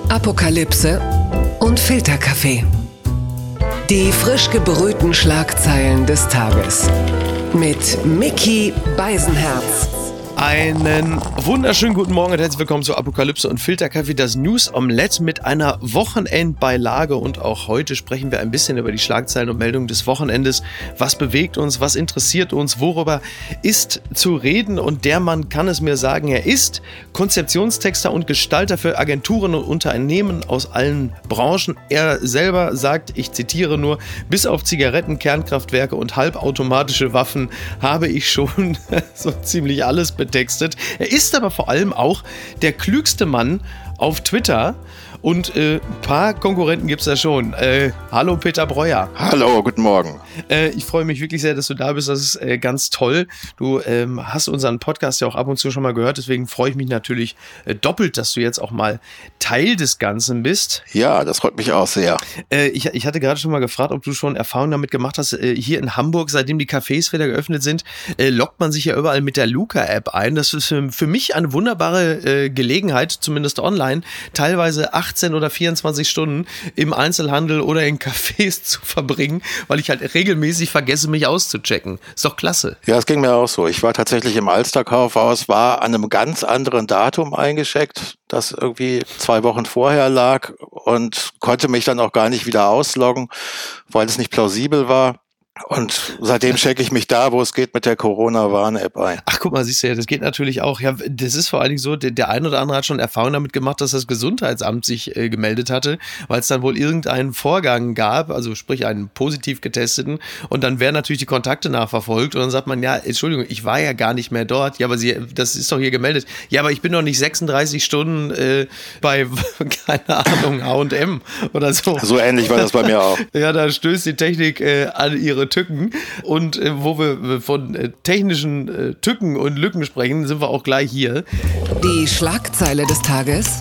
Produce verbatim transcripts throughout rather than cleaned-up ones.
Apokalypse und Filterkaffee. Die frisch gebrühten Schlagzeilen des Tages. Mit Micky Beisenherz. Einen wunderschönen guten Morgen und herzlich willkommen zu Apokalypse und Filterkaffee, das News Omelette mit einer Wochenendbeilage. Und auch heute sprechen wir ein bisschen über die Schlagzeilen und Meldungen des Wochenendes. Was bewegt uns, was interessiert uns, worüber ist zu reden? Und der Mann kann es mir sagen, er ist Konzeptionstexter und Gestalter für Agenturen und Unternehmen aus allen Branchen. Er selber sagt, ich zitiere nur, bis auf Zigaretten, Kernkraftwerke und halbautomatische Waffen habe ich schon so ziemlich alles betextet. Er ist aber vor allem auch der klügste Mann auf Twitter. Und ein äh, paar Konkurrenten gibt es da schon. Äh, hallo Peter Breuer. Hallo, guten Morgen. Äh, ich freue mich wirklich sehr, dass du da bist. Das ist äh, ganz toll. Du ähm, hast unseren Podcast ja auch ab und zu schon mal gehört. Deswegen freue ich mich natürlich äh, doppelt, dass du jetzt auch mal Teil des Ganzen bist. Ja, das freut mich auch sehr. Äh, ich, ich hatte gerade schon mal gefragt, ob du schon Erfahrung damit gemacht hast. Äh, hier in Hamburg, seitdem die Cafés wieder geöffnet sind, äh, loggt man sich ja überall mit der Luca-App ein. Das ist für, für mich eine wunderbare äh, Gelegenheit, zumindest online, teilweise achtzehn oder vierundzwanzig Stunden im Einzelhandel oder in Cafés zu verbringen, weil ich halt regelmäßig vergesse, mich auszuchecken. Ist doch klasse. Ja, es ging mir auch so. Ich war tatsächlich im Alster-Kaufhaus, war an einem ganz anderen Datum eingecheckt, das irgendwie zwei Wochen vorher lag und konnte mich dann auch gar nicht wieder ausloggen, weil es nicht plausibel war. Und seitdem checke ich mich da, wo es geht, mit der Corona-Warn-App ein. Ach, guck mal, siehst du ja, das geht natürlich auch. Ja, das ist vor allen Dingen so, der, der ein oder andere hat schon Erfahrung damit gemacht, dass das Gesundheitsamt sich äh, gemeldet hatte, weil es dann wohl irgendeinen Vorgang gab, also sprich einen positiv getesteten, und dann werden natürlich die Kontakte nachverfolgt und dann sagt man, ja, Entschuldigung, ich war ja gar nicht mehr dort. Ja, aber Sie, das ist doch hier gemeldet. Ja, aber ich bin doch nicht sechsunddreißig Stunden äh, bei, keine Ahnung, H und M oder so. So ähnlich war das bei mir auch. Ja, da stößt die Technik äh, an ihre Tücken. Und äh, wo wir von äh, technischen äh, Tücken und Lücken sprechen, sind wir auch gleich hier. Die Schlagzeile des Tages.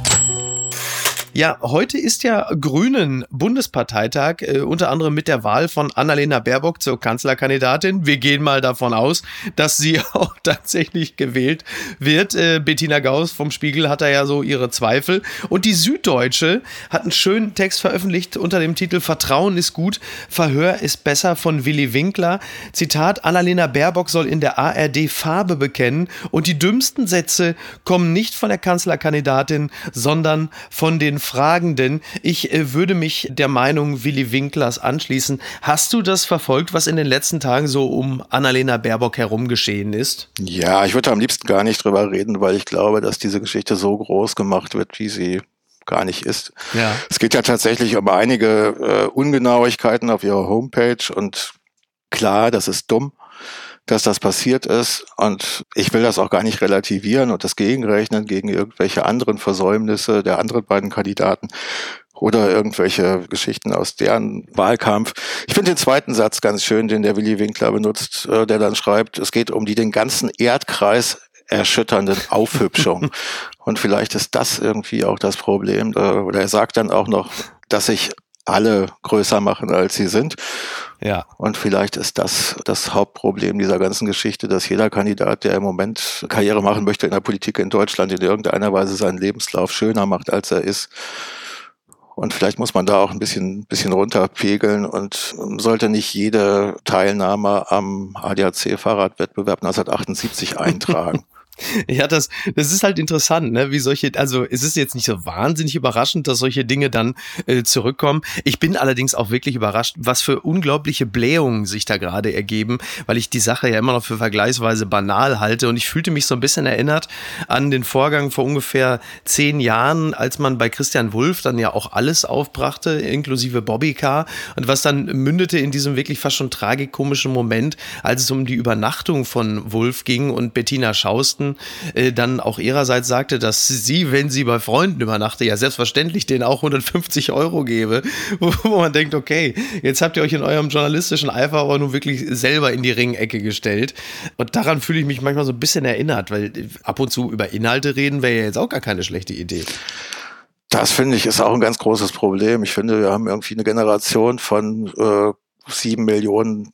Ja, heute ist ja Grünen Bundesparteitag, äh, unter anderem mit der Wahl von Annalena Baerbock zur Kanzlerkandidatin. Wir gehen mal davon aus, dass sie auch tatsächlich gewählt wird. Äh, Bettina Gauss vom Spiegel hat da ja so ihre Zweifel. Und die Süddeutsche hat einen schönen Text veröffentlicht unter dem Titel Vertrauen ist gut, Verhör ist besser von Willy Winkler. Zitat, Annalena Baerbock soll in der A R D Farbe bekennen und die dümmsten Sätze kommen nicht von der Kanzlerkandidatin, sondern von den Fragenden. Ich äh, würde mich der Meinung Willy Winklers anschließen. Hast du das verfolgt, was in den letzten Tagen so um Annalena Baerbock herum geschehen ist? Ja, ich würde am liebsten gar nicht drüber reden, weil ich glaube, dass diese Geschichte so groß gemacht wird, wie sie gar nicht ist. Ja. Es geht ja tatsächlich um einige äh, Ungenauigkeiten auf ihrer Homepage und klar, das ist dumm, dass das passiert ist, und ich will das auch gar nicht relativieren und das gegenrechnen gegen irgendwelche anderen Versäumnisse der anderen beiden Kandidaten oder irgendwelche Geschichten aus deren Wahlkampf. Ich finde den zweiten Satz ganz schön, den der Willy Winkler benutzt, der dann schreibt, es geht um die den ganzen Erdkreis erschütternden Aufhübschung. Und vielleicht ist das irgendwie auch das Problem. Oder er sagt dann auch noch, dass sich alle größer machen, als sie sind. Ja. Und vielleicht ist das das Hauptproblem dieser ganzen Geschichte, dass jeder Kandidat, der im Moment Karriere machen möchte in der Politik in Deutschland, in irgendeiner Weise seinen Lebenslauf schöner macht, als er ist. Und vielleicht muss man da auch ein bisschen, bisschen runterpegeln und sollte nicht jede Teilnahme am A D A C-Fahrradwettbewerb neunzehnhundertachtundsiebzig eintragen. Ja, das, das ist halt interessant, ne, wie solche, also es ist jetzt nicht so wahnsinnig überraschend, dass solche Dinge dann äh, zurückkommen. Ich bin allerdings auch wirklich überrascht, was für unglaubliche Blähungen sich da gerade ergeben, weil ich die Sache ja immer noch für vergleichsweise banal halte, und ich fühlte mich so ein bisschen erinnert an den Vorgang vor ungefähr zehn Jahren, als man bei Christian Wulff dann ja auch alles aufbrachte, inklusive Bobbycar, und was dann mündete in diesem wirklich fast schon tragikomischen Moment, als es um die Übernachtung von Wulff ging und Bettina Schausten äh, dann auch ihrerseits sagte, dass sie, wenn sie bei Freunden übernachte, ja selbstverständlich denen auch hundertfünfzig Euro gebe, wo, wo man denkt, okay, jetzt habt ihr euch in eurem journalistischen Eifer aber nun wirklich selber in die Ringecke gestellt, und daran fühle ich mich manchmal so ein bisschen erinnert, weil ab und zu über Inhalte reden wäre ja jetzt auch gar keine schlechte Idee. Das, finde ich, ist auch ein ganz großes Problem. Ich finde, wir haben irgendwie eine Generation von äh, sieben Millionen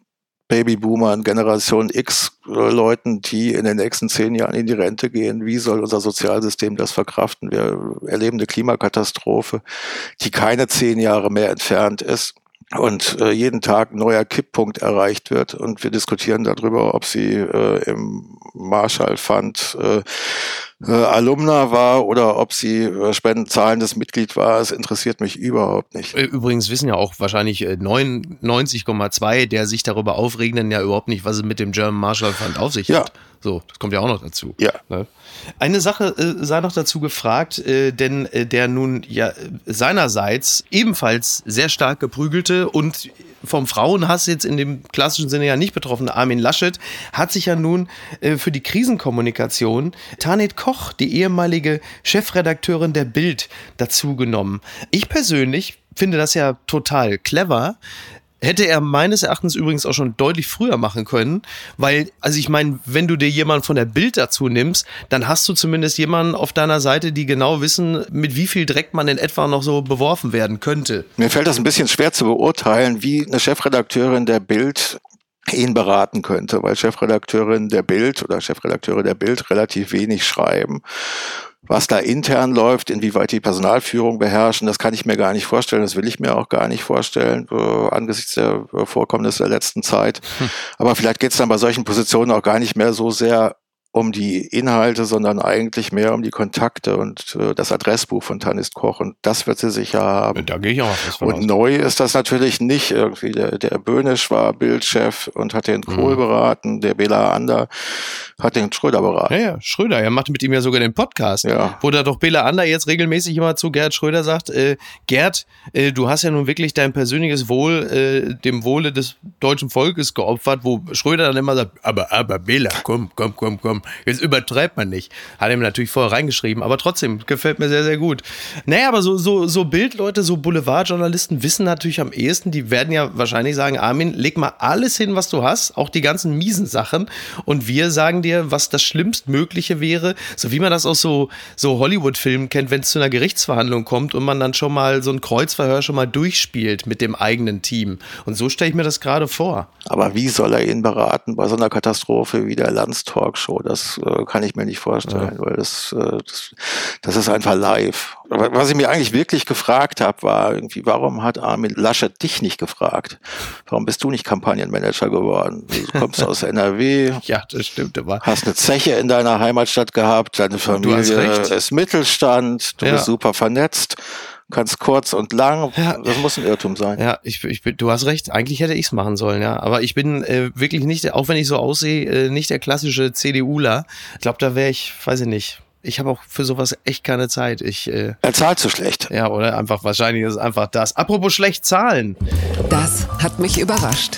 Babyboomern, Generation X Leuten, die in den nächsten zehn Jahren in die Rente gehen. Wie soll unser Sozialsystem das verkraften? Wir erleben eine Klimakatastrophe, die keine zehn Jahre mehr entfernt ist und äh, jeden Tag ein neuer Kipppunkt erreicht wird. Und wir diskutieren darüber, ob sie äh, im Marshall Fund äh, äh, Alumna war oder ob sie äh, spendenzahlendes Mitglied war. Es interessiert mich überhaupt nicht. Übrigens wissen ja auch wahrscheinlich äh, neunundneunzig Komma zwei der sich darüber aufregenden ja überhaupt nicht, was es mit dem German Marshall Fund auf sich Ja. hat. So, das kommt ja auch noch dazu. Ja. Ne? Eine Sache äh, sei noch dazu gefragt, äh, denn äh, der nun ja äh, seinerseits ebenfalls sehr stark geprügelte und vom Frauenhass jetzt in dem klassischen Sinne ja nicht betroffene Armin Laschet hat sich ja nun äh, für die Krisenkommunikation Tanit Koch, die ehemalige Chefredakteurin der Bild, dazu genommen. Ich persönlich finde das ja total clever. Hätte er meines Erachtens übrigens auch schon deutlich früher machen können, weil, also ich meine, wenn du dir jemanden von der Bild dazu nimmst, dann hast du zumindest jemanden auf deiner Seite, die genau wissen, mit wie viel Dreck man in etwa noch so beworfen werden könnte. Mir fällt das ein bisschen schwer zu beurteilen, wie eine Chefredakteurin der Bild ihn beraten könnte, weil Chefredakteurin der Bild oder Chefredakteure der Bild relativ wenig schreiben. Was da intern läuft, inwieweit die Personalführung beherrschen, das kann ich mir gar nicht vorstellen, das will ich mir auch gar nicht vorstellen, äh, angesichts der äh, Vorkommnisse der letzten Zeit. Hm. Aber vielleicht geht es dann bei solchen Positionen auch gar nicht mehr so sehr um die Inhalte, sondern eigentlich mehr um die Kontakte und äh, das Adressbuch von Tanit Koch. Und das wird sie sicher haben. Da gehe ich auch was von Und aus. Neu ist das natürlich nicht. Irgendwie der, der Böhnisch war Bildchef und hat den Kohl mhm. beraten. Der Bela Ander hat den Schröder beraten. Ja, ja, Schröder. Er macht mit ihm ja sogar den Podcast. Ja. Wo da doch Bela Ander jetzt regelmäßig immer zu Gerhard Schröder sagt, äh, Gerd, äh, du hast ja nun wirklich dein persönliches Wohl äh, dem Wohle des deutschen Volkes geopfert, wo Schröder dann immer sagt, aber, aber Bela, komm, komm, komm, komm. Jetzt übertreibt man nicht. Hat er mir natürlich vorher reingeschrieben, aber trotzdem gefällt mir sehr, sehr gut. Naja, aber so, so, so Bildleute, so Boulevardjournalisten wissen natürlich am ehesten, die werden ja wahrscheinlich sagen, Armin, leg mal alles hin, was du hast, auch die ganzen miesen Sachen und wir sagen dir, was das Schlimmstmögliche wäre, so wie man das aus so, so Hollywood-Filmen kennt, wenn es zu einer Gerichtsverhandlung kommt und man dann schon mal so ein Kreuzverhör schon mal durchspielt mit dem eigenen Team. Und so stelle ich mir das gerade vor. Aber wie soll er ihn beraten bei so einer Katastrophe wie der Lanz-Talkshow? Das äh, kann ich mir nicht vorstellen, ja. weil das, äh, das, das ist einfach live. Was ich mir eigentlich wirklich gefragt habe, war irgendwie, warum hat Armin Laschet dich nicht gefragt? Warum bist du nicht Kampagnenmanager geworden? Du kommst aus N R W. Ja, das stimmt. Aber hast eine Zeche in deiner Heimatstadt gehabt, deine Familie ist Mittelstand, du ja. bist super vernetzt. Kannst kurz und lang, ja. das muss ein Irrtum sein. Ja, ich, ich bin, du hast recht, eigentlich hätte ich es machen sollen, ja. Aber ich bin äh, wirklich nicht, auch wenn ich so aussehe, äh, nicht der klassische CDUler. Ich glaube, da wäre ich, weiß ich nicht. Ich habe auch für sowas echt keine Zeit. Ich, äh, er zahlt zu schlecht. Ja, oder einfach, wahrscheinlich ist es einfach das. Apropos schlecht zahlen. Das hat mich überrascht.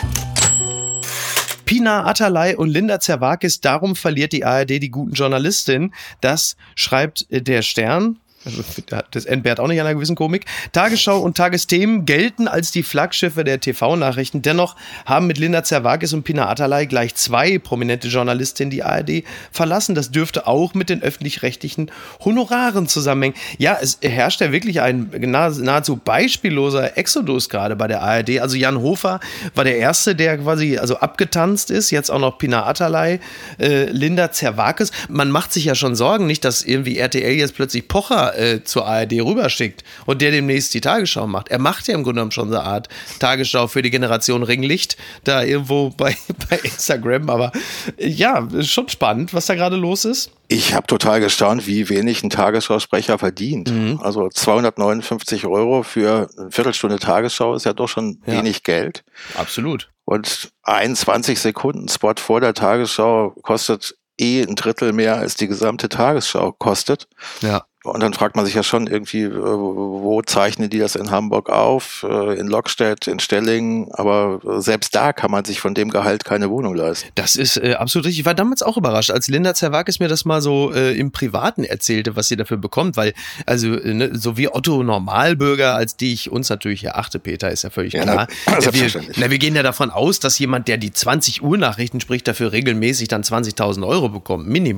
Pina Atalay und Linda Zerwakis, darum verliert die A R D die guten Journalistin. Das schreibt äh, der Stern. Das entbehrt auch nicht einer gewissen Komik. Tagesschau und Tagesthemen gelten als die Flaggschiffe der T V-Nachrichten. Dennoch haben mit Linda Zerwakis und Pina Atalay gleich zwei prominente Journalistinnen die A R D verlassen. Das dürfte auch mit den öffentlich-rechtlichen Honoraren zusammenhängen. Ja, es herrscht ja wirklich ein nahezu beispielloser Exodus gerade bei der A R D. Also Jan Hofer war der Erste, der quasi also abgetanzt ist. Jetzt auch noch Pina Atalay, äh, Linda Zerwakis. Man macht sich ja schon Sorgen, nicht, dass irgendwie R T L jetzt plötzlich Pocher Äh, zur A R D rüberschickt und der demnächst die Tagesschau macht. Er macht ja im Grunde genommen schon so eine Art Tagesschau für die Generation Ringlicht, da irgendwo bei, bei Instagram, aber ja, ist schon spannend, was da gerade los ist. Ich habe total gestaunt, wie wenig ein Tagesschausprecher verdient. Mhm. Also zweihundertneunundfünfzig Euro für eine Viertelstunde Tagesschau ist ja doch schon ja. wenig Geld. Absolut. Und einundzwanzig Sekunden Spot vor der Tagesschau kostet eh ein Drittel mehr, als die gesamte Tagesschau kostet. Ja. Und dann fragt man sich ja schon irgendwie, wo zeichnen die das in Hamburg auf, in Lockstedt, in Stellingen, aber selbst da kann man sich von dem Gehalt keine Wohnung leisten. Das ist äh, absolut richtig. Ich war damals auch überrascht, als Linda Zerwakis mir das mal so äh, im Privaten erzählte, was sie dafür bekommt, weil also ne, so wie Otto Normalbürger, als die ich uns natürlich erachte, Peter, ist ja völlig ja, klar. Na, ja, wir, na, wir gehen ja davon aus, dass jemand, der die zwanzig Uhr Nachrichten spricht, dafür regelmäßig dann zwanzigtausend Euro bekommt, Minimum.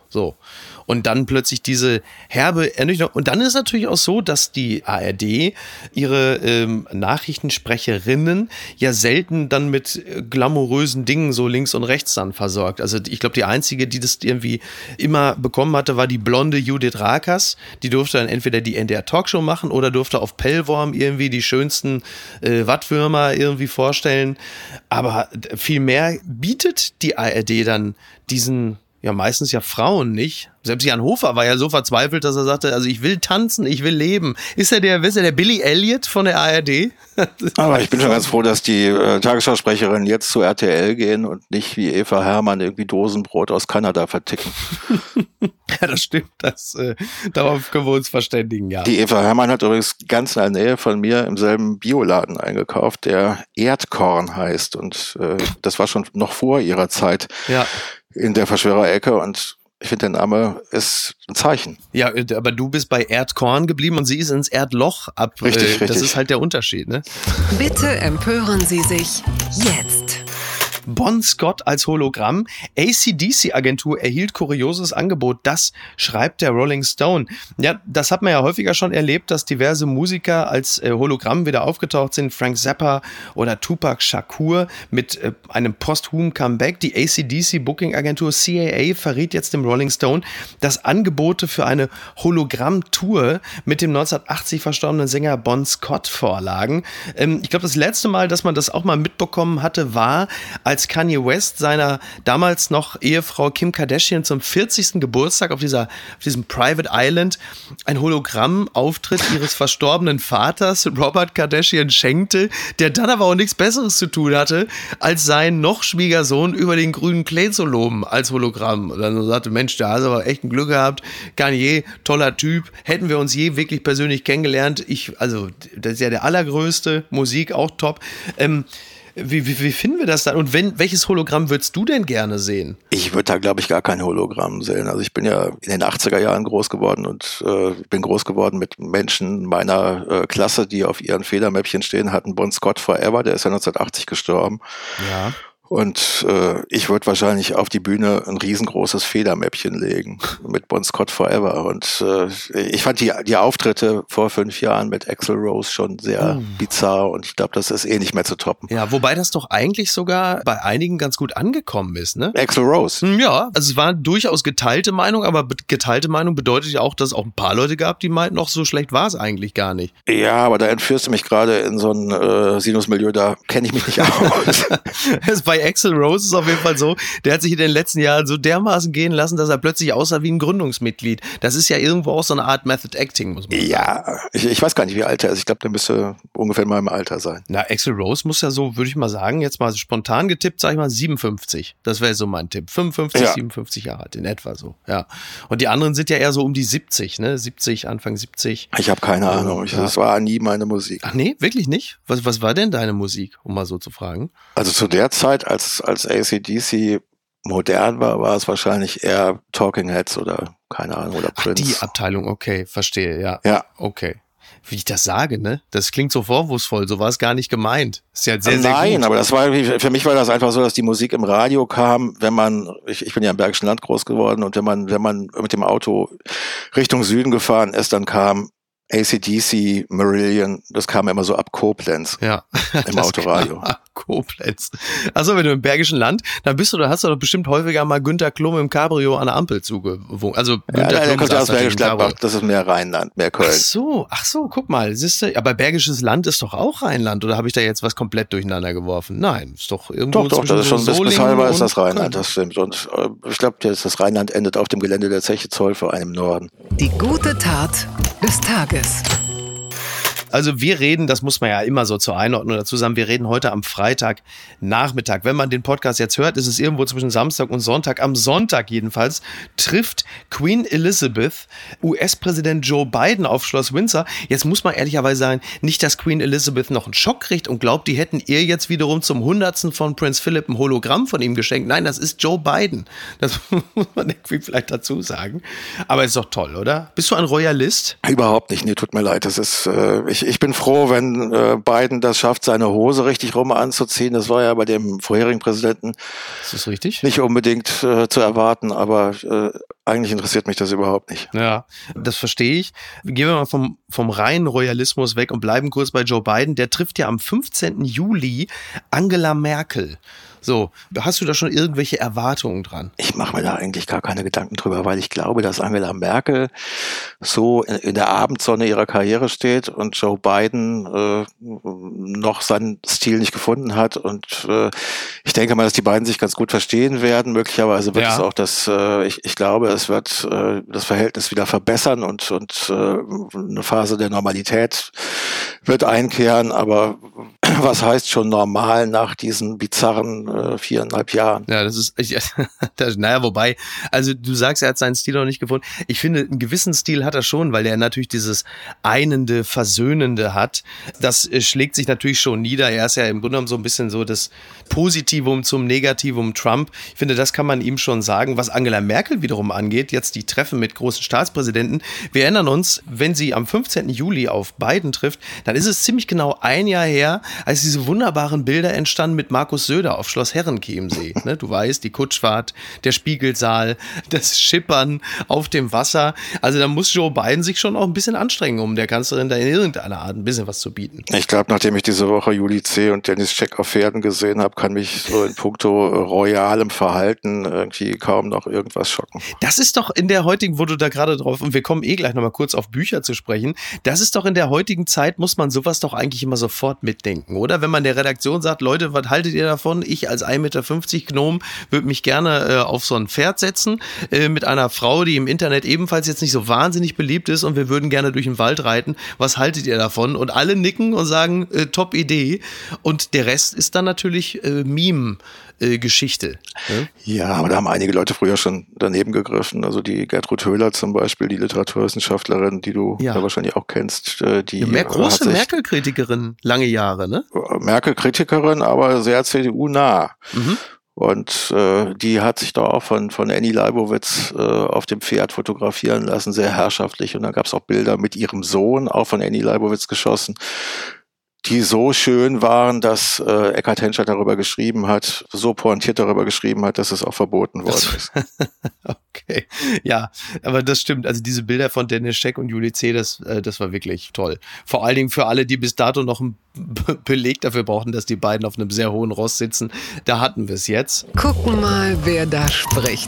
So. Und dann plötzlich diese herbe Ernüchterung. Und dann ist es natürlich auch so, dass die A R D ihre ähm, Nachrichtensprecherinnen ja selten dann mit glamourösen Dingen so links und rechts dann versorgt. Also ich glaube, die einzige, die das irgendwie immer bekommen hatte, war die blonde Judith Rakers. Die durfte dann entweder die N D R-Talkshow machen oder durfte auf Pellworm irgendwie die schönsten äh, Wattwürmer irgendwie vorstellen. Aber viel mehr bietet die A R D dann diesen, ja meistens ja Frauen nicht. Selbst Jan Hofer war ja so verzweifelt, dass er sagte, also ich will tanzen, ich will leben. Ist er der, ist er der Billy Elliot von der A R D? Aber ich bin schon ganz froh, dass die äh, Tagesschausprecherinnen jetzt zu R T L gehen und nicht wie Eva Herrmann irgendwie Dosenbrot aus Kanada verticken. Ja, das stimmt. Das, äh, darauf können wir uns verständigen, ja. Die Eva Herrmann hat übrigens ganz in der Nähe von mir im selben Bioladen eingekauft, der Erdkorn heißt. Und äh, das war schon noch vor ihrer Zeit ja. in der Verschwörerecke. Und ich finde, der Name ist ein Zeichen. Ja, aber du bist bei Erdkorn geblieben und sie ist ins Erdloch ab. Richtig, äh, richtig. Das ist halt der Unterschied, ne? Bitte empören Sie sich jetzt. Bon Scott als Hologramm. A C D C-Agentur erhielt kurioses Angebot. Das schreibt der Rolling Stone. Ja, das hat man ja häufiger schon erlebt, dass diverse Musiker als äh, Hologramm wieder aufgetaucht sind. Frank Zappa oder Tupac Shakur mit äh, einem posthumen Comeback. Die A C D C-Booking-Agentur C A A verriet jetzt dem Rolling Stone, dass Angebote für eine Hologramm-Tour mit dem neunzehnhundertachtzig verstorbenen Sänger Bon Scott vorlagen. Ähm, ich glaube, das letzte Mal, dass man das auch mal mitbekommen hatte, war, als Kanye West seiner damals noch Ehefrau Kim Kardashian zum vierzigsten Geburtstag auf dieser, auf diesem Private Island ein Hologramm-Auftritt ihres verstorbenen Vaters Robert Kardashian schenkte, der dann aber auch nichts Besseres zu tun hatte, als seinen noch Schwiegersohn über den grünen Klee zu loben als Hologramm. Und dann so sagte, Mensch, da hast du aber echt ein Glück gehabt. Kanye, toller Typ. Hätten wir uns je wirklich persönlich kennengelernt. Ich, also, das ist ja der allergrößte, Musik auch top. Ähm, Wie, wie, wie finden wir das dann? Und wenn, welches Hologramm würdest du denn gerne sehen? Ich würde da, glaube ich, gar kein Hologramm sehen. Also ich bin ja in den achtziger Jahren groß geworden und äh, bin groß geworden mit Menschen meiner äh, Klasse, die auf ihren Federmäppchen stehen hatten. Bon Scott Forever, der ist ja neunzehnhundertachtzig gestorben. Ja. Und äh, ich würde wahrscheinlich auf die Bühne ein riesengroßes Federmäppchen legen mit Bon Scott Forever. Und äh, ich fand die, die Auftritte vor fünf Jahren mit Axl Rose schon sehr oh. bizarr und ich glaube, das ist eh nicht mehr zu toppen. Ja, wobei das doch eigentlich sogar bei einigen ganz gut angekommen ist, ne? Axl Rose? Ja, also es war durchaus geteilte Meinung, aber geteilte Meinung bedeutet ja auch, dass es auch ein paar Leute gab, die meinten, noch so schlecht war es eigentlich gar nicht. Ja, aber da entführst du mich gerade in so ein äh, Sinusmilieu, da kenne ich mich nicht aus. Das bei Axl Rose ist auf jeden Fall so, der hat sich in den letzten Jahren so dermaßen gehen lassen, dass er plötzlich aussah wie ein Gründungsmitglied. Das ist ja irgendwo auch so eine Art Method Acting, muss man sagen. Ja, ich, ich weiß gar nicht, wie alt er ist. Ich glaube, der müsste ungefähr in meinem Alter sein. Na, Axl Rose muss ja so, würde ich mal sagen, jetzt mal spontan getippt, sag ich mal siebenundfünfzig. Das wäre so mein Tipp. fünfundfünfzig, ja. siebenundfünfzig Jahre alt, in etwa so, ja. Und die anderen sind ja eher so um die siebzig, ne? siebzig, Anfang siebzig. Ich habe keine also, Ahnung. Ich, ja. Das war nie meine Musik. Ach nee, wirklich nicht? Was, was war denn deine Musik, um mal so zu fragen? Also zu der Zeit, als, als A C D C modern war, war es wahrscheinlich eher Talking Heads oder keine Ahnung, oder Prince. Ach, die Abteilung, okay, verstehe, ja. Ja. Okay. Wie ich das sage, ne? Das klingt so vorwurfsvoll, so war es gar nicht gemeint. Ist ja sehr, sehr Nein, gut. aber das war, für mich war das einfach so, dass die Musik im Radio kam, wenn man, ich, ich bin ja im Bergischen Land groß geworden und wenn man, wenn man mit dem Auto Richtung Süden gefahren ist, dann kam A C D C, Marillion, das kam immer so ab Koblenz. Ja. Im Autoradio. Ab Koblenz. Also wenn du im Bergischen Land, dann bist du, da hast du doch bestimmt häufiger mal Günter Klum im Cabrio an der Ampel zugewohnt. Also Günter ja, der Klum kommt ja aus saß Bergisch Gladbach, das ist mehr Rheinland, mehr Köln. Ach so, ach so, guck mal, siehst du, aber Bergisches Land ist doch auch Rheinland, oder habe ich da jetzt was komplett durcheinander geworfen? Nein, ist doch irgendwo Doch, doch, das ist schon, bis, bis halber ist das Rheinland, Köln. Das stimmt. Und äh, ich glaube, das Rheinland endet auf dem Gelände der Zeche Zollverein im Norden. Die gute Tat des Tages. Also wir reden, das muss man ja immer so zur Einordnung dazu sagen, wir reden heute am Freitagnachmittag. Wenn man den Podcast jetzt hört, ist es irgendwo zwischen Samstag und Sonntag. Am Sonntag jedenfalls trifft Queen Elizabeth U S-Präsident Joe Biden auf Schloss Windsor. Jetzt muss man ehrlicherweise sagen, nicht, dass Queen Elizabeth noch einen Schock kriegt und glaubt, die hätten ihr jetzt wiederum zum Hundertsten von Prinz Philip ein Hologramm von ihm geschenkt. Nein, das ist Joe Biden. Das muss man irgendwie vielleicht dazu sagen. Aber ist doch toll, oder? Bist du ein Royalist? Überhaupt nicht, nee, tut mir leid. Das ist, äh, ich ich, ich bin froh, wenn äh, Biden das schafft, seine Hose richtig rum anzuziehen. Das war ja bei dem vorherigen Präsidenten ist das richtig? Nicht unbedingt äh, zu erwarten, aber äh, eigentlich interessiert mich das überhaupt nicht. Ja, das verstehe ich. Gehen wir mal vom, vom reinen Royalismus weg und bleiben kurz bei Joe Biden. Der trifft ja am fünfzehnten Juli Angela Merkel. So, hast du da schon irgendwelche Erwartungen dran? Ich mache mir da eigentlich gar keine Gedanken drüber, weil ich glaube, dass Angela Merkel so in, in der Abendsonne ihrer Karriere steht und Joe Biden äh, noch seinen Stil nicht gefunden hat. Und äh, ich denke mal, dass die beiden sich ganz gut verstehen werden. Möglicherweise wird ja. es auch das, äh, ich, ich glaube, es wird äh, das Verhältnis wieder verbessern und, und äh, eine Phase der Normalität wird einkehren. Aber was heißt schon normal nach diesen bizarren äh, viereinhalb Jahren? Ja, das ist, ich, das, naja, wobei, also du sagst, er hat seinen Stil noch nicht gefunden. Ich finde, einen gewissen Stil hat er schon, weil er natürlich dieses Einende, Versöhnende hat. Das äh, schlägt sich natürlich schon nieder. Er ist ja im Grunde genommen so ein bisschen so das Positivum zum Negativum Trump. Ich finde, das kann man ihm schon sagen. Was Angela Merkel wiederum angeht, jetzt die Treffen mit großen Staatspräsidenten. Wir erinnern uns, wenn sie am fünfzehnten Juli auf Biden trifft, dann ist es ziemlich genau ein Jahr her, als diese wunderbaren Bilder entstanden mit Markus Söder auf Schloss Herrenchiemsee. Ne, du weißt, die Kutschfahrt, der Spiegelsaal, das Schippern auf dem Wasser. Also da muss Joe Biden sich schon auch ein bisschen anstrengen, um der Kanzlerin da in irgendeiner Art ein bisschen was zu bieten. Ich glaube, nachdem ich diese Woche Juli C. und Dennis Scheck auf Pferden gesehen habe, kann mich so in puncto royalem Verhalten irgendwie kaum noch irgendwas schocken. Das ist doch in der heutigen, wo du da gerade drauf, und wir kommen eh gleich nochmal kurz auf Bücher zu sprechen, das ist doch in der heutigen Zeit, muss man sowas doch eigentlich immer sofort mitdenken, oder? Wenn man der Redaktion sagt, Leute, was haltet ihr davon? Ich als ein Meter fünfzig Gnom würde mich gerne äh, auf so ein Pferd setzen, äh, mit einer Frau, die im Internet ebenfalls jetzt nicht so wahnsinnig beliebt ist und wir würden gerne durch den Wald reiten. Was haltet ihr davon? Und alle nicken und sagen, äh, top Idee. Und der Rest ist dann natürlich äh, Meme-Geschichte. Ne? Ja, aber da haben einige Leute früher schon daneben gegriffen. Also die Gertrud Höhler zum Beispiel, die Literaturwissenschaftlerin, die du ja, ja wahrscheinlich auch kennst. Die ja, mehr große Merkel-Kritikerin, lange Jahre, ne? Merkel-Kritikerin, aber sehr C D U-nah. Mhm. Und äh, die hat sich da auch von, von Annie Leibovitz äh, auf dem Pferd fotografieren lassen, sehr herrschaftlich. Und dann gab es auch Bilder mit ihrem Sohn, auch von Annie Leibovitz geschossen, die so schön waren, dass äh, Eckhard Henscher darüber geschrieben hat, so pointiert darüber geschrieben hat, dass es auch verboten worden ist. Okay, ja, aber das stimmt. Also diese Bilder von Dennis Scheck und Juli C., das, äh, das war wirklich toll. Vor allen Dingen für alle, die bis dato noch einen Be- Beleg dafür brauchten, dass die beiden auf einem sehr hohen Ross sitzen. Da hatten wir es jetzt. Gucken mal, wer da spricht.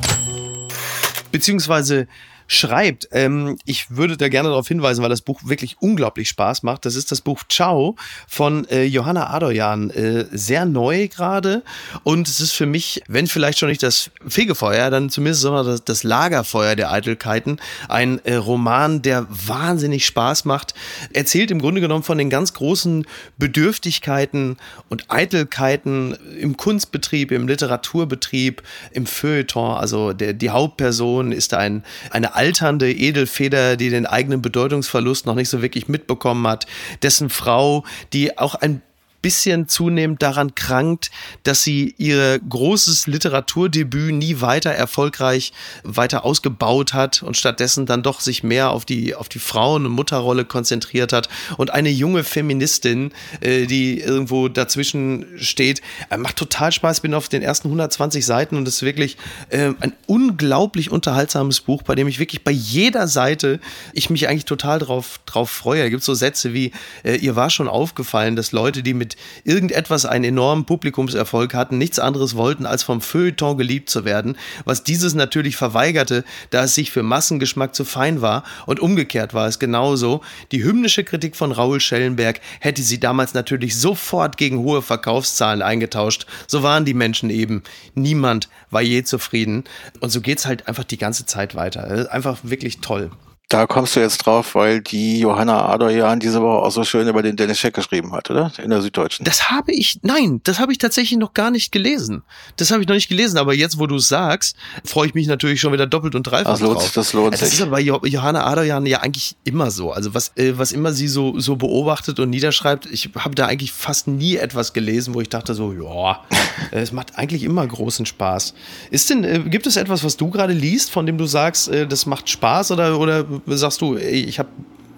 Beziehungsweise schreibt. Ähm, ich würde da gerne darauf hinweisen, weil das Buch wirklich unglaublich Spaß macht. Das ist das Buch Ciao von äh, Johanna Adoyan. Äh, sehr neu gerade. Und es ist für mich, wenn vielleicht schon nicht das Fegefeuer, dann zumindest das, das Lagerfeuer der Eitelkeiten. Ein äh, Roman, der wahnsinnig Spaß macht. Erzählt im Grunde genommen von den ganz großen Bedürftigkeiten und Eitelkeiten im Kunstbetrieb, im Literaturbetrieb, im Feuilleton. Also der, die Hauptperson ist ein, eine alternde Edelfeder, die den eigenen Bedeutungsverlust noch nicht so wirklich mitbekommen hat, dessen Frau, die auch ein bisschen zunehmend daran krankt, dass sie ihr großes Literaturdebüt nie weiter erfolgreich weiter ausgebaut hat und stattdessen dann doch sich mehr auf die, auf die Frauen- und Mutterrolle konzentriert hat. Und eine junge Feministin, äh, die irgendwo dazwischen steht, äh, macht total Spaß. Ich bin auf den ersten hundertzwanzig Seiten und es ist wirklich äh, ein unglaublich unterhaltsames Buch, bei dem ich wirklich bei jeder Seite, ich mich eigentlich total drauf, drauf freue. Da gibt es so Sätze wie, äh, ihr war schon aufgefallen, dass Leute, die mit irgendetwas einen enormen Publikumserfolg hatten, nichts anderes wollten, als vom Feuilleton geliebt zu werden, was dieses natürlich verweigerte, da es sich für Massengeschmack zu fein war, und umgekehrt war es genauso. Die hymnische Kritik von Raoul Schellenberg hätte sie damals natürlich sofort gegen hohe Verkaufszahlen eingetauscht. So waren die Menschen eben. Niemand war je zufrieden. Und so geht's halt einfach die ganze Zeit weiter. Einfach wirklich toll. Da kommst du jetzt drauf, weil die Johanna Adoyan diese Woche auch so schön über den Dennis Scheck geschrieben hat, oder? In der Süddeutschen. Das habe ich, nein, das habe ich tatsächlich noch gar nicht gelesen. Das habe ich noch nicht gelesen, aber jetzt, wo du es sagst, freue ich mich natürlich schon wieder doppelt und dreifach das lohnt, drauf. Das lohnt das sich. Das ist aber bei jo- Johanna Adoyan ja eigentlich immer so. Also was, äh, was immer sie so, so beobachtet und niederschreibt, ich habe da eigentlich fast nie etwas gelesen, wo ich dachte so, ja, äh, es macht eigentlich immer großen Spaß. Ist denn, äh, gibt es etwas, was du gerade liest, von dem du sagst, äh, das macht Spaß, oder, oder sagst du, ey, ich habe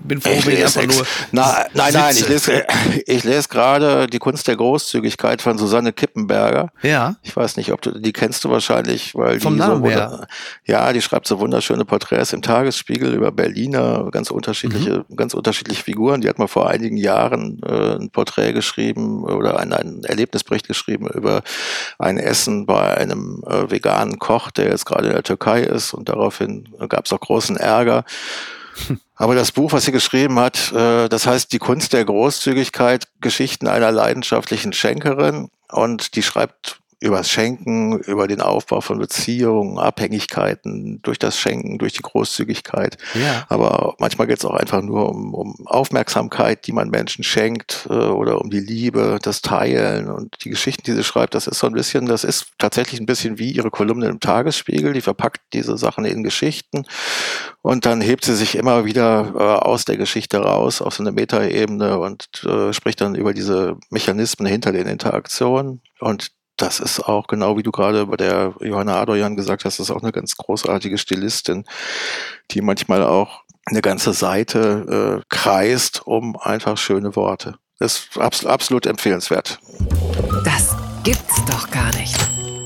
bin froh, Ich wenn ich lese einfach ex- nur Na, nein, nein, ich sitze. lese, ich lese gerade Die Kunst der Großzügigkeit von Susanne Kippenberger. Ja, Ich weiß nicht, ob du, die kennst du wahrscheinlich, weil vom die Namen so, wunder- her. ja, die schreibt so wunderschöne Porträts im Tagesspiegel über Berliner, ganz unterschiedliche, Mhm. ganz unterschiedliche Figuren. Die hat mal vor einigen Jahren äh, ein Porträt geschrieben oder ein, ein Erlebnisbericht geschrieben über ein Essen bei einem äh, veganen Koch, der jetzt gerade in der Türkei ist, und daraufhin gab es auch großen Ärger. Aber das Buch, was sie geschrieben hat, äh, das heißt Die Kunst der Großzügigkeit, Geschichten einer leidenschaftlichen Schenkerin, und die schreibt über das Schenken, über den Aufbau von Beziehungen, Abhängigkeiten durch das Schenken, durch die Großzügigkeit. Ja. Aber manchmal geht es auch einfach nur um, um Aufmerksamkeit, die man Menschen schenkt, äh, oder um die Liebe, das Teilen. Und die Geschichten, die sie schreibt, das ist so ein bisschen, das ist tatsächlich ein bisschen wie ihre Kolumne im Tagesspiegel. Die verpackt diese Sachen in Geschichten und dann hebt sie sich immer wieder äh, aus der Geschichte raus auf so eine Metaebene und äh, spricht dann über diese Mechanismen hinter den Interaktionen. Und das ist auch, genau wie du gerade bei der Johanna Adoyan gesagt hast, das ist auch eine ganz großartige Stilistin, die manchmal auch eine ganze Seite äh, kreist um einfach schöne Worte. Das ist abs- absolut empfehlenswert. Das gibt's doch gar nicht.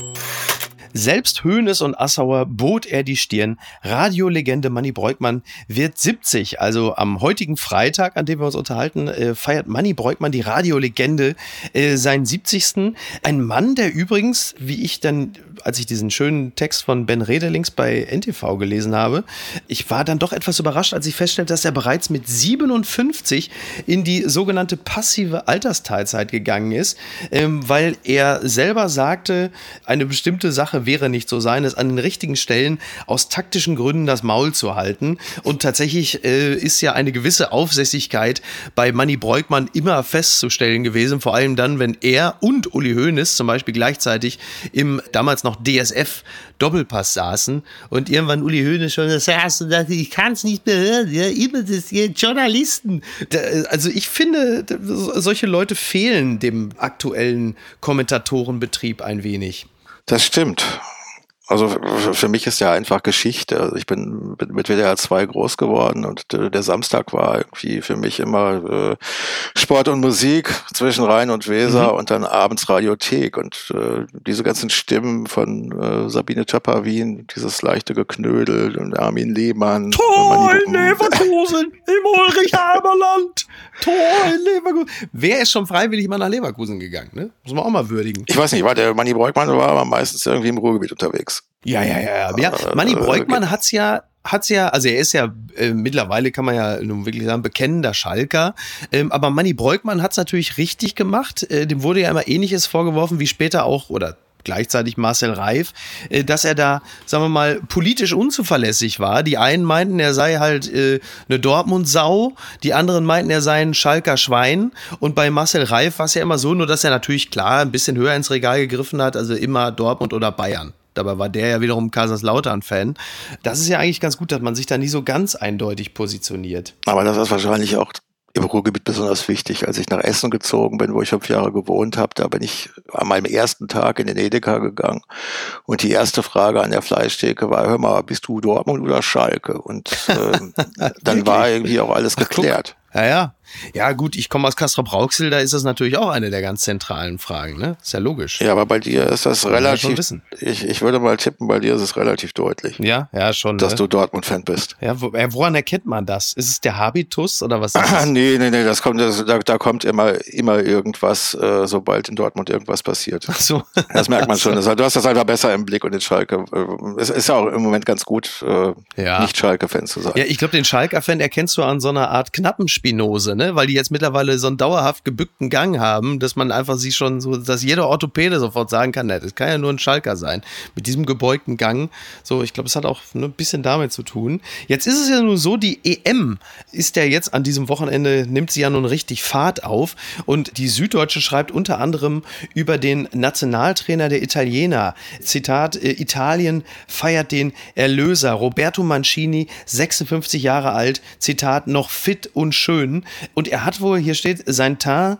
Selbst Hoeneß und Assauer bot er die Stirn. Radiolegende Manni Breukmann wird siebzig. Also am heutigen Freitag, an dem wir uns unterhalten, äh, feiert Manni Breukmann, die Radiolegende, äh, seinen siebzigsten. Ein Mann, der übrigens, wie ich dann, als ich diesen schönen Text von Ben Redelings bei N T V gelesen habe, ich war dann doch etwas überrascht, als ich feststellte, dass er bereits mit siebenundfünfzig in die sogenannte passive Altersteilzeit gegangen ist, ähm, weil er selber sagte, eine bestimmte Sache wäre nicht so sein, es an den richtigen Stellen aus taktischen Gründen das Maul zu halten. Und tatsächlich äh, ist ja eine gewisse Aufsässigkeit bei Manni Breukmann immer festzustellen gewesen, vor allem dann, wenn er und Uli Hoeneß zum Beispiel gleichzeitig im damals noch D S F Doppelpass saßen und irgendwann Uli Hoeneß schon saß und dachte, ich kann es nicht mehr hören, ja, immer das hier Journalisten. Da, also ich finde, solche Leute fehlen dem aktuellen Kommentatorenbetrieb ein wenig. Das stimmt. Also für mich ist ja einfach Geschichte. Also ich bin mit W D R zwei groß geworden und der Samstag war irgendwie für mich immer äh, Sport und Musik zwischen Rhein und Weser, mhm. und dann abends Radiothek und äh, diese ganzen Stimmen von äh, Sabine Töpper-Wien, dieses leichte Geknödel und Armin Lehmann. Tor in Leverkusen im Ulrich-Haberland. Tor in Leverkusen. Wer ist schon freiwillig mal nach Leverkusen gegangen? Ne? Muss man auch mal würdigen. Ich weiß nicht, war der Manni Breukmann war aber meistens irgendwie im Ruhrgebiet unterwegs. Ja, ja, ja, ja. ja Manni Breukmann hat's ja, hat's ja, also er ist ja äh, mittlerweile, kann man ja nun wirklich sagen, bekennender Schalker. Ähm, aber Manni Breukmann hat's natürlich richtig gemacht. Äh, dem wurde ja immer Ähnliches vorgeworfen, wie später auch, oder gleichzeitig Marcel Reif, äh, dass er da, sagen wir mal, politisch unzuverlässig war. Die einen meinten, er sei halt äh, eine Dortmund-Sau, die anderen meinten, er sei ein Schalker Schwein. Und bei Marcel Reif war es ja immer so, nur dass er natürlich klar ein bisschen höher ins Regal gegriffen hat, also immer Dortmund oder Bayern. Dabei war der ja wiederum Kaiserslautern-Fan. Das ist ja eigentlich ganz gut, dass man sich da nie so ganz eindeutig positioniert. Aber das ist wahrscheinlich auch im Ruhrgebiet besonders wichtig. Als ich nach Essen gezogen bin, wo ich fünf Jahre gewohnt habe, da bin ich an meinem ersten Tag in den Edeka gegangen. Und die erste Frage an der Fleischtheke war, hör mal, bist du Dortmund oder Schalke? Und äh, dann war irgendwie auch alles geklärt. Ach, ja, ja. Ja gut, ich komme aus Castrop-Rauxel, da ist das natürlich auch eine der ganz zentralen Fragen, ne? Ist ja logisch. Ja, aber bei dir ist das relativ, ich, ich würde mal tippen, bei dir ist es relativ deutlich. Ja, ja, schon. Dass ne? du Dortmund-Fan bist. Ja, wo, woran erkennt man das? Ist es der Habitus oder was ist das? nee, nee, nee, das kommt, das, da, da kommt immer, immer irgendwas, äh, sobald in Dortmund irgendwas passiert. Ach so. Das merkt man schon. Das, du hast das einfach besser im Blick und in Schalke. Es ist ja auch im Moment ganz gut, äh, ja. nicht Schalke-Fan zu sein. Ja, ich glaube, den Schalker-Fan erkennst du an so einer Art Knappenspinose, ne? Weil die jetzt mittlerweile so einen dauerhaft gebückten Gang haben, dass man einfach sie schon so, dass jeder Orthopäde sofort sagen kann, ne, das kann ja nur ein Schalker sein. Mit diesem gebeugten Gang. So, ich glaube, es hat auch ne, ein bisschen damit zu tun. Jetzt ist es ja nun so, die E M ist ja jetzt an diesem Wochenende, nimmt sie ja nun richtig Fahrt auf. Und die Süddeutsche schreibt unter anderem über den Nationaltrainer der Italiener. Zitat, Italien feiert den Erlöser. Roberto Mancini, sechsundfünfzig Jahre alt, Zitat, noch fit und schön. Und er hat wohl, hier steht, sein Teint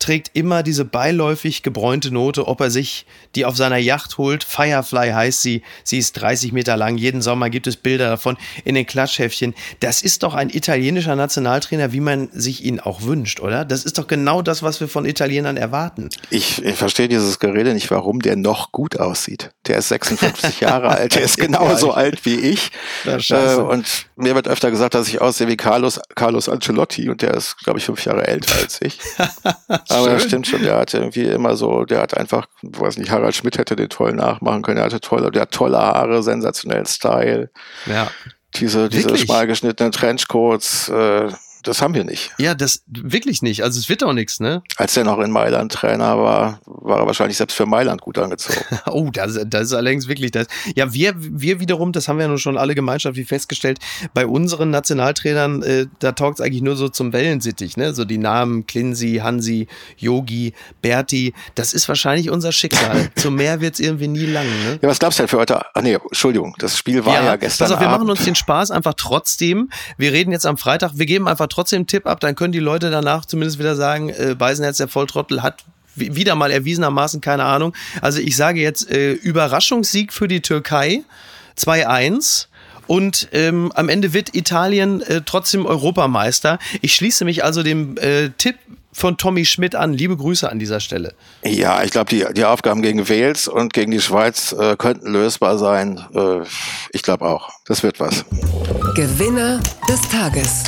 trägt immer diese beiläufig gebräunte Note, ob er sich die auf seiner Yacht holt. Firefly heißt sie, sie ist dreißig Meter lang, jeden Sommer gibt es Bilder davon in den Klatschheftchen. Das ist doch ein italienischer Nationaltrainer, wie man sich ihn auch wünscht, oder? Das ist doch genau das, was wir von Italienern erwarten. Ich, ich verstehe dieses Gerede nicht, warum der noch gut aussieht. Der ist sechsundfünfzig Jahre alt, der ist genauso alt wie ich. Äh, und mir wird öfter gesagt, dass ich aussehe wie Carlos, Carlos Ancelotti und der ist, glaube ich, fünf Jahre älter als ich. Aber das stimmt schon, der hat irgendwie immer so, der hat einfach, ich weiß nicht, Harald Schmidt hätte den toll nachmachen können, der hatte tolle, der hat tolle Haare, sensationellen Style. Ja. Diese, diese schmal geschnittenen Trenchcoats, äh, das haben wir nicht. Ja, das wirklich nicht. Also es wird auch nichts, ne? Als der noch in Mailand Trainer war, war er wahrscheinlich selbst für Mailand gut angezogen. Oh, das, das ist allerdings wirklich das. Ja, wir, wir wiederum, das haben wir ja nun schon alle gemeinschaftlich festgestellt, bei unseren Nationaltrainern, äh, da taugt es eigentlich nur so zum Wellensittich, ne? So die Namen Klinsi, Hansi, Yogi, Berti, das ist wahrscheinlich unser Schicksal. Zum mehr wird es irgendwie nie lang, ne? Ja, was glaubst du denn für heute? Ach nee, Entschuldigung, das Spiel war ja, ja gestern Pass auf, wir Abend. machen uns den Spaß einfach trotzdem. Wir reden jetzt am Freitag, wir geben einfach trotzdem einen Tipp ab, dann können die Leute danach zumindest wieder sagen, äh, Beisenherz, der Volltrottel, hat w- wieder mal erwiesenermaßen keine Ahnung. Also ich sage jetzt äh, Überraschungssieg für die Türkei, zwei eins. Und ähm, am Ende wird Italien äh, trotzdem Europameister. Ich schließe mich also dem äh, Tipp von Tommy Schmidt an. Liebe Grüße an dieser Stelle. Ja, ich glaube, die, die Aufgaben gegen Wales und gegen die Schweiz äh, könnten lösbar sein. Äh, ich glaube auch. Das wird was. Gewinner des Tages.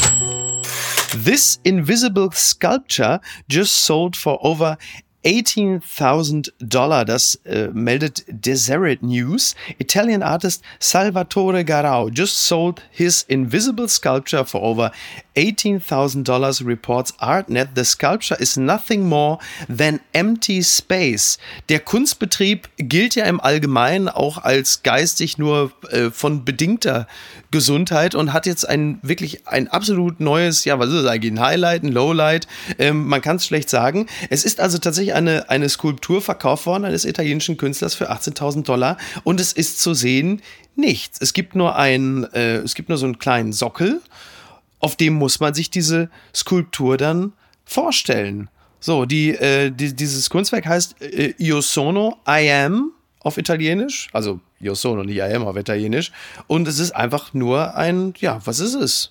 This invisible sculpture just sold for over eighteen thousand dollars. Das äh, meldet Deseret News. Italian artist Salvatore Garau just sold his invisible sculpture for over eighteen thousand dollars, reports Artnet. The sculpture is nothing more than empty space. Der Kunstbetrieb gilt ja im Allgemeinen auch als geistig nur äh, von bedingter Gesundheit und hat jetzt ein wirklich ein absolut neues, ja, was ist das eigentlich, ein Highlight, ein Lowlight, ähm, man kann es schlecht sagen. Es ist also tatsächlich eine, eine Skulptur verkauft worden eines italienischen Künstlers für achtzehntausend Dollar und es ist zu sehen nichts. Es gibt nur ein, äh, es gibt nur so einen kleinen Sockel, auf dem muss man sich diese Skulptur dann vorstellen. So, die, äh, die, dieses Kunstwerk heißt äh, Io sono, I am auf Italienisch, also Io sono, nicht I am auf Italienisch. Und es ist einfach nur ein, ja, was ist es?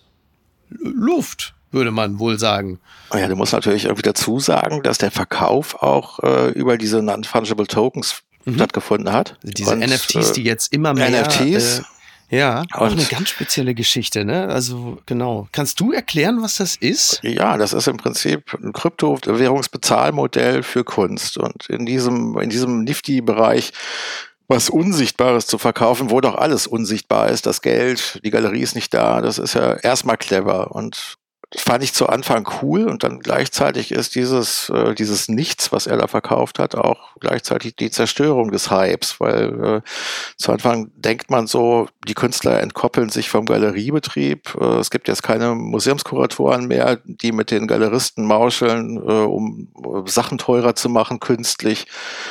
Luft, würde man wohl sagen. Oh ja, du musst natürlich irgendwie dazu sagen, dass der Verkauf auch äh, über diese Non-Fungible Tokens mhm. stattgefunden hat. Diese und, N F Ts, die jetzt immer mehr... N F Ts... Äh, Ja, auch Und- eine ganz spezielle Geschichte, ne? Also, genau. Kannst du erklären, was das ist? Ja, das ist im Prinzip ein Kryptowährungsbezahlmodell für Kunst. Und in diesem, in diesem Nifty-Bereich was Unsichtbares zu verkaufen, wo doch alles unsichtbar ist, das Geld, die Galerie ist nicht da, das ist ja erstmal clever. Und das fand ich zu Anfang cool und dann gleichzeitig ist dieses, äh, dieses Nichts, was er da verkauft hat, auch gleichzeitig die Zerstörung des Hypes, weil äh, zu Anfang denkt man so, die Künstler entkoppeln sich vom Galeriebetrieb. Äh, es gibt jetzt keine Museumskuratoren mehr, die mit den Galeristen mauscheln, äh, um äh, Sachen teurer zu machen künstlich.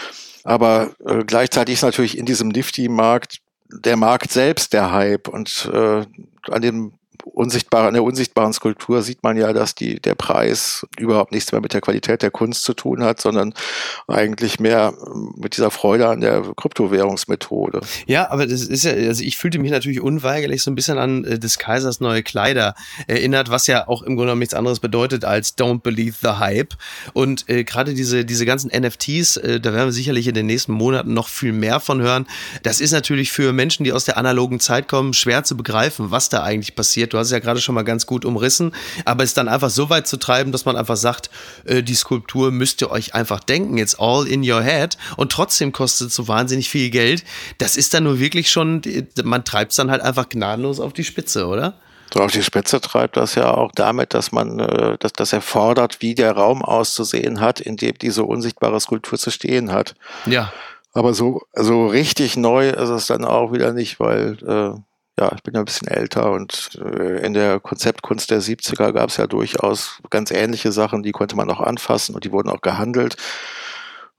Aber äh, gleichzeitig ist natürlich in diesem Nifty-Markt der Markt selbst der Hype und äh, an dem unsichtbaren, an der unsichtbaren Skulptur sieht man ja, dass die, der Preis überhaupt nichts mehr mit der Qualität der Kunst zu tun hat, sondern eigentlich mehr mit dieser Freude an der Kryptowährungsmethode. Ja, aber das ist ja, also ich fühlte mich natürlich unweigerlich so ein bisschen an äh, des Kaisers neue Kleider erinnert, was ja auch im Grunde genommen nichts anderes bedeutet als Don't Believe the Hype. Und äh, gerade diese, diese ganzen N F Ts, äh, da werden wir sicherlich in den nächsten Monaten noch viel mehr von hören. Das ist natürlich für Menschen, die aus der analogen Zeit kommen, schwer zu begreifen, was da eigentlich passiert. Du hast es ja gerade schon mal ganz gut umrissen, aber es dann einfach so weit zu treiben, dass man einfach sagt, äh, die Skulptur müsst ihr euch einfach denken, it's all in your head und trotzdem kostet es so wahnsinnig viel Geld. Das ist dann nur wirklich schon, man treibt es dann halt einfach gnadenlos auf die Spitze, oder? So auf die Spitze treibt das ja auch damit, dass man, äh, dass, dass er fordert, wie der Raum auszusehen hat, in dem diese unsichtbare Skulptur zu stehen hat. Ja. Aber so, so richtig neu ist es dann auch wieder nicht, weil äh, ja, ich bin ja ein bisschen älter und äh, in der Konzeptkunst der siebziger gab es ja durchaus ganz ähnliche Sachen, die konnte man auch anfassen und die wurden auch gehandelt.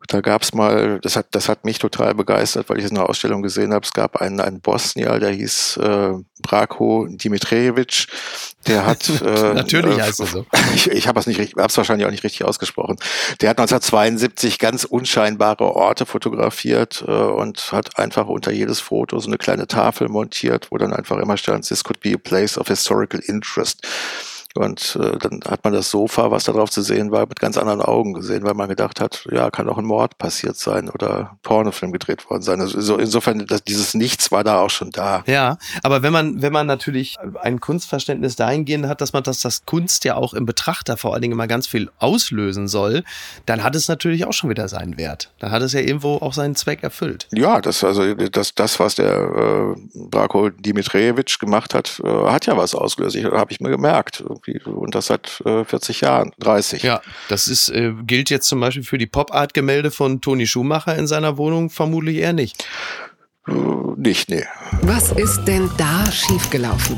Da gab es mal, das hat, das hat mich total begeistert, weil ich es in einer Ausstellung gesehen habe. Es gab einen, einen Bosnier, der hieß äh, Branko Dimitrijević. Der hat äh, natürlich äh, heißt er so. Ich, ich habe es nicht, habe es wahrscheinlich auch nicht richtig ausgesprochen. Der hat neunzehnhundertzweiundsiebzig ganz unscheinbare Orte fotografiert äh, und hat einfach unter jedes Foto so eine kleine Tafel montiert, wo dann einfach immer stand: "This could be a place of historical interest." Und äh, dann hat man das Sofa, was da drauf zu sehen war, mit ganz anderen Augen gesehen, weil man gedacht hat, ja, kann auch ein Mord passiert sein oder ein Pornofilm gedreht worden sein. Also insofern, das, dieses Nichts war da auch schon da. Ja, aber wenn man, wenn man natürlich ein Kunstverständnis dahingehend hat, dass man das, das Kunst ja auch im Betrachter vor allen Dingen immer ganz viel auslösen soll, dann hat es natürlich auch schon wieder seinen Wert. Dann hat es ja irgendwo auch seinen Zweck erfüllt. Ja, das, also das, das was der äh, Branko Dimitrijević gemacht hat, äh, hat ja was ausgelöst. Habe ich mir gemerkt. Und das seit äh, vierzig Jahren, dreißig. Ja, das ist, äh, gilt jetzt zum Beispiel für die Pop-Art-Gemälde von Toni Schumacher in seiner Wohnung vermutlich eher nicht. Äh, nicht, nee. Was ist denn da schiefgelaufen?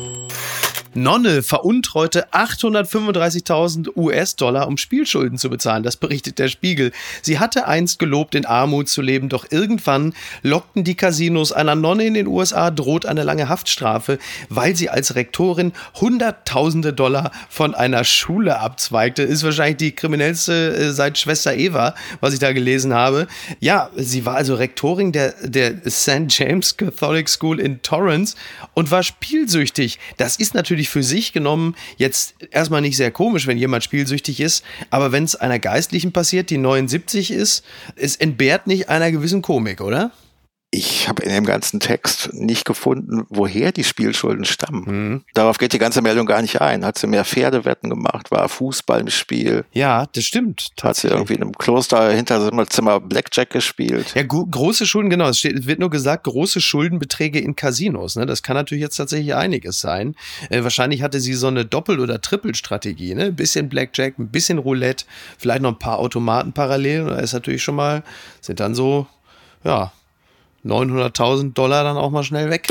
Nonne veruntreute achthundertfünfunddreißigtausend US-Dollar, um Spielschulden zu bezahlen. Das berichtet der Spiegel. Sie hatte einst gelobt, in Armut zu leben, doch irgendwann lockten die Casinos. Einer Nonne in den U S A droht eine lange Haftstrafe, weil sie als Rektorin Hunderttausende Dollar von einer Schule abzweigte. Ist wahrscheinlich die kriminellste äh, seit Schwester Eva, was ich da gelesen habe. Ja, sie war also Rektorin der, der Saint James Catholic School in Torrance und war spielsüchtig. Das ist natürlich für sich genommen jetzt erstmal nicht sehr komisch, wenn jemand spielsüchtig ist, aber wenn es einer Geistlichen passiert, die neunundsiebzig ist, es entbehrt nicht einer gewissen Komik, oder? Ich habe in dem ganzen Text nicht gefunden, woher die Spielschulden stammen. Mhm. Darauf geht die ganze Meldung gar nicht ein. Hat sie mehr Pferdewetten gemacht? War Fußball im Spiel? Ja, das stimmt. Hat sie irgendwie in einem Kloster hinter seinem Zimmer Blackjack gespielt? Ja, gu- große Schulden, genau. Es, steht, es wird nur gesagt, große Schuldenbeträge in Casinos. Ne? Das kann natürlich jetzt tatsächlich einiges sein. Äh, wahrscheinlich hatte sie so eine Doppel- oder Trippelstrategie. Ne? Ein bisschen Blackjack, ein bisschen Roulette, vielleicht noch ein paar Automaten parallel. Da ist natürlich schon mal, sind dann so, ja, neunhunderttausend Dollar dann auch mal schnell weg.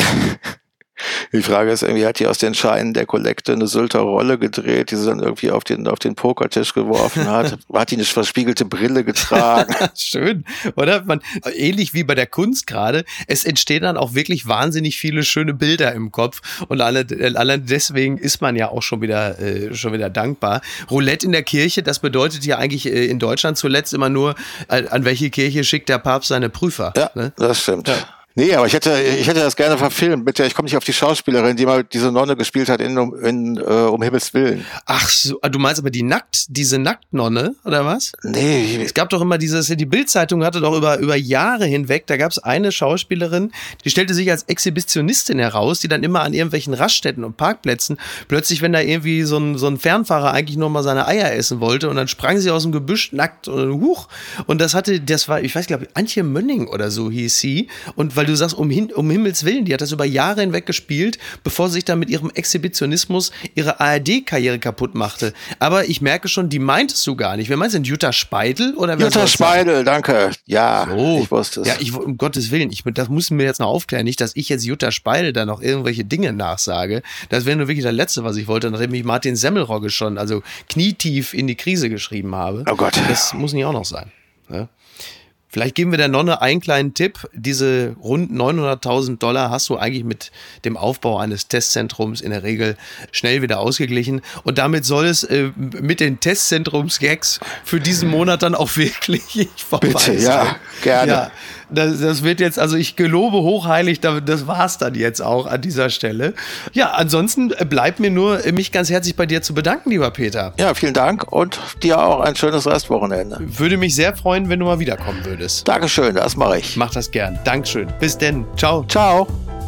Die Frage ist irgendwie, hat die aus den Scheinen der Kollekte eine Sylter Rolle gedreht, die sie dann irgendwie auf den, auf den Pokertisch geworfen hat? Hat die eine verspiegelte Brille getragen? Schön, oder? Man, ähnlich wie bei der Kunst gerade, es entstehen dann auch wirklich wahnsinnig viele schöne Bilder im Kopf und alle, allein deswegen ist man ja auch schon wieder, äh, schon wieder dankbar. Roulette in der Kirche, das bedeutet ja eigentlich äh, in Deutschland zuletzt immer nur, äh, an welche Kirche schickt der Papst seine Prüfer. Ja, ne? Das stimmt. Ja. Nee, aber ich hätte, ich hätte das gerne verfilmt. Bitte, ich komme nicht auf die Schauspielerin, die mal diese Nonne gespielt hat in, in, in uh, Um Himmels Willen. Ach so, du meinst aber die Nackt, diese Nacktnonne, oder was? Nee. Es gab doch immer dieses, die Bild-Zeitung hatte doch über, über Jahre hinweg, da gab es eine Schauspielerin, die stellte sich als Exhibitionistin heraus, die dann immer an irgendwelchen Raststätten und Parkplätzen plötzlich, wenn da irgendwie so ein, so ein Fernfahrer eigentlich nur mal seine Eier essen wollte und dann sprang sie aus dem Gebüsch nackt und huch. Und das hatte, das war, ich weiß, glaube ich, Antje Mönning oder so hieß sie. Und weil du sagst, um, hin, um Himmels Willen, die hat das über Jahre hinweg gespielt, bevor sie sich dann mit ihrem Exhibitionismus ihre A R D-Karriere kaputt machte. Aber ich merke schon, die meintest du gar nicht. Wer meinst du denn, Jutta Speidel? Oder wer Jutta Speidel, danke. Ja, so. Ich wusste es. Ja, ich, um Gottes Willen, ich, das mussten wir jetzt noch aufklären. Nicht, dass ich jetzt Jutta Speidel da noch irgendwelche Dinge nachsage. Das wäre nur wirklich das Letzte, was ich wollte, nachdem ich Martin Semmelrogge schon, also knietief in die Krise geschrieben habe. Oh Gott. Das muss nicht auch noch sein. Ja? Vielleicht geben wir der Nonne einen kleinen Tipp. Diese rund neunhunderttausend Dollar hast du eigentlich mit dem Aufbau eines Testzentrums in der Regel schnell wieder ausgeglichen. Und damit soll es äh, mit den Testzentrums-Gags für diesen Monat dann auch wirklich vorbei Bitte, sein. ja, gerne. Ja, das, das wird jetzt, also ich gelobe hochheilig, das war's dann jetzt auch an dieser Stelle. Ja, ansonsten bleibt mir nur, mich ganz herzlich bei dir zu bedanken, lieber Peter. Ja, vielen Dank und dir auch ein schönes Restwochenende. Würde mich sehr freuen, wenn du mal wiederkommen würdest. Dankeschön, das mache ich. Mach das gern. Dankeschön. Bis denn. Ciao. Ciao.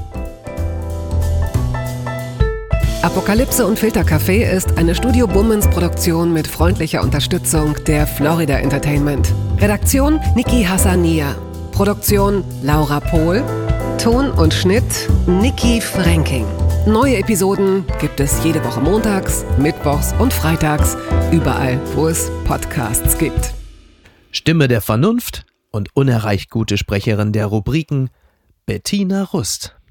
Apokalypse und Filtercafé ist eine Studio Bummens Produktion mit freundlicher Unterstützung der Florida Entertainment. Redaktion Niki Hassania. Produktion Laura Pohl. Ton und Schnitt Niki Fränking. Neue Episoden gibt es jede Woche montags, mittwochs und freitags, überall, wo es Podcasts gibt. Stimme der Vernunft und unerreicht gute Sprecherin der Rubriken Bettina Rust.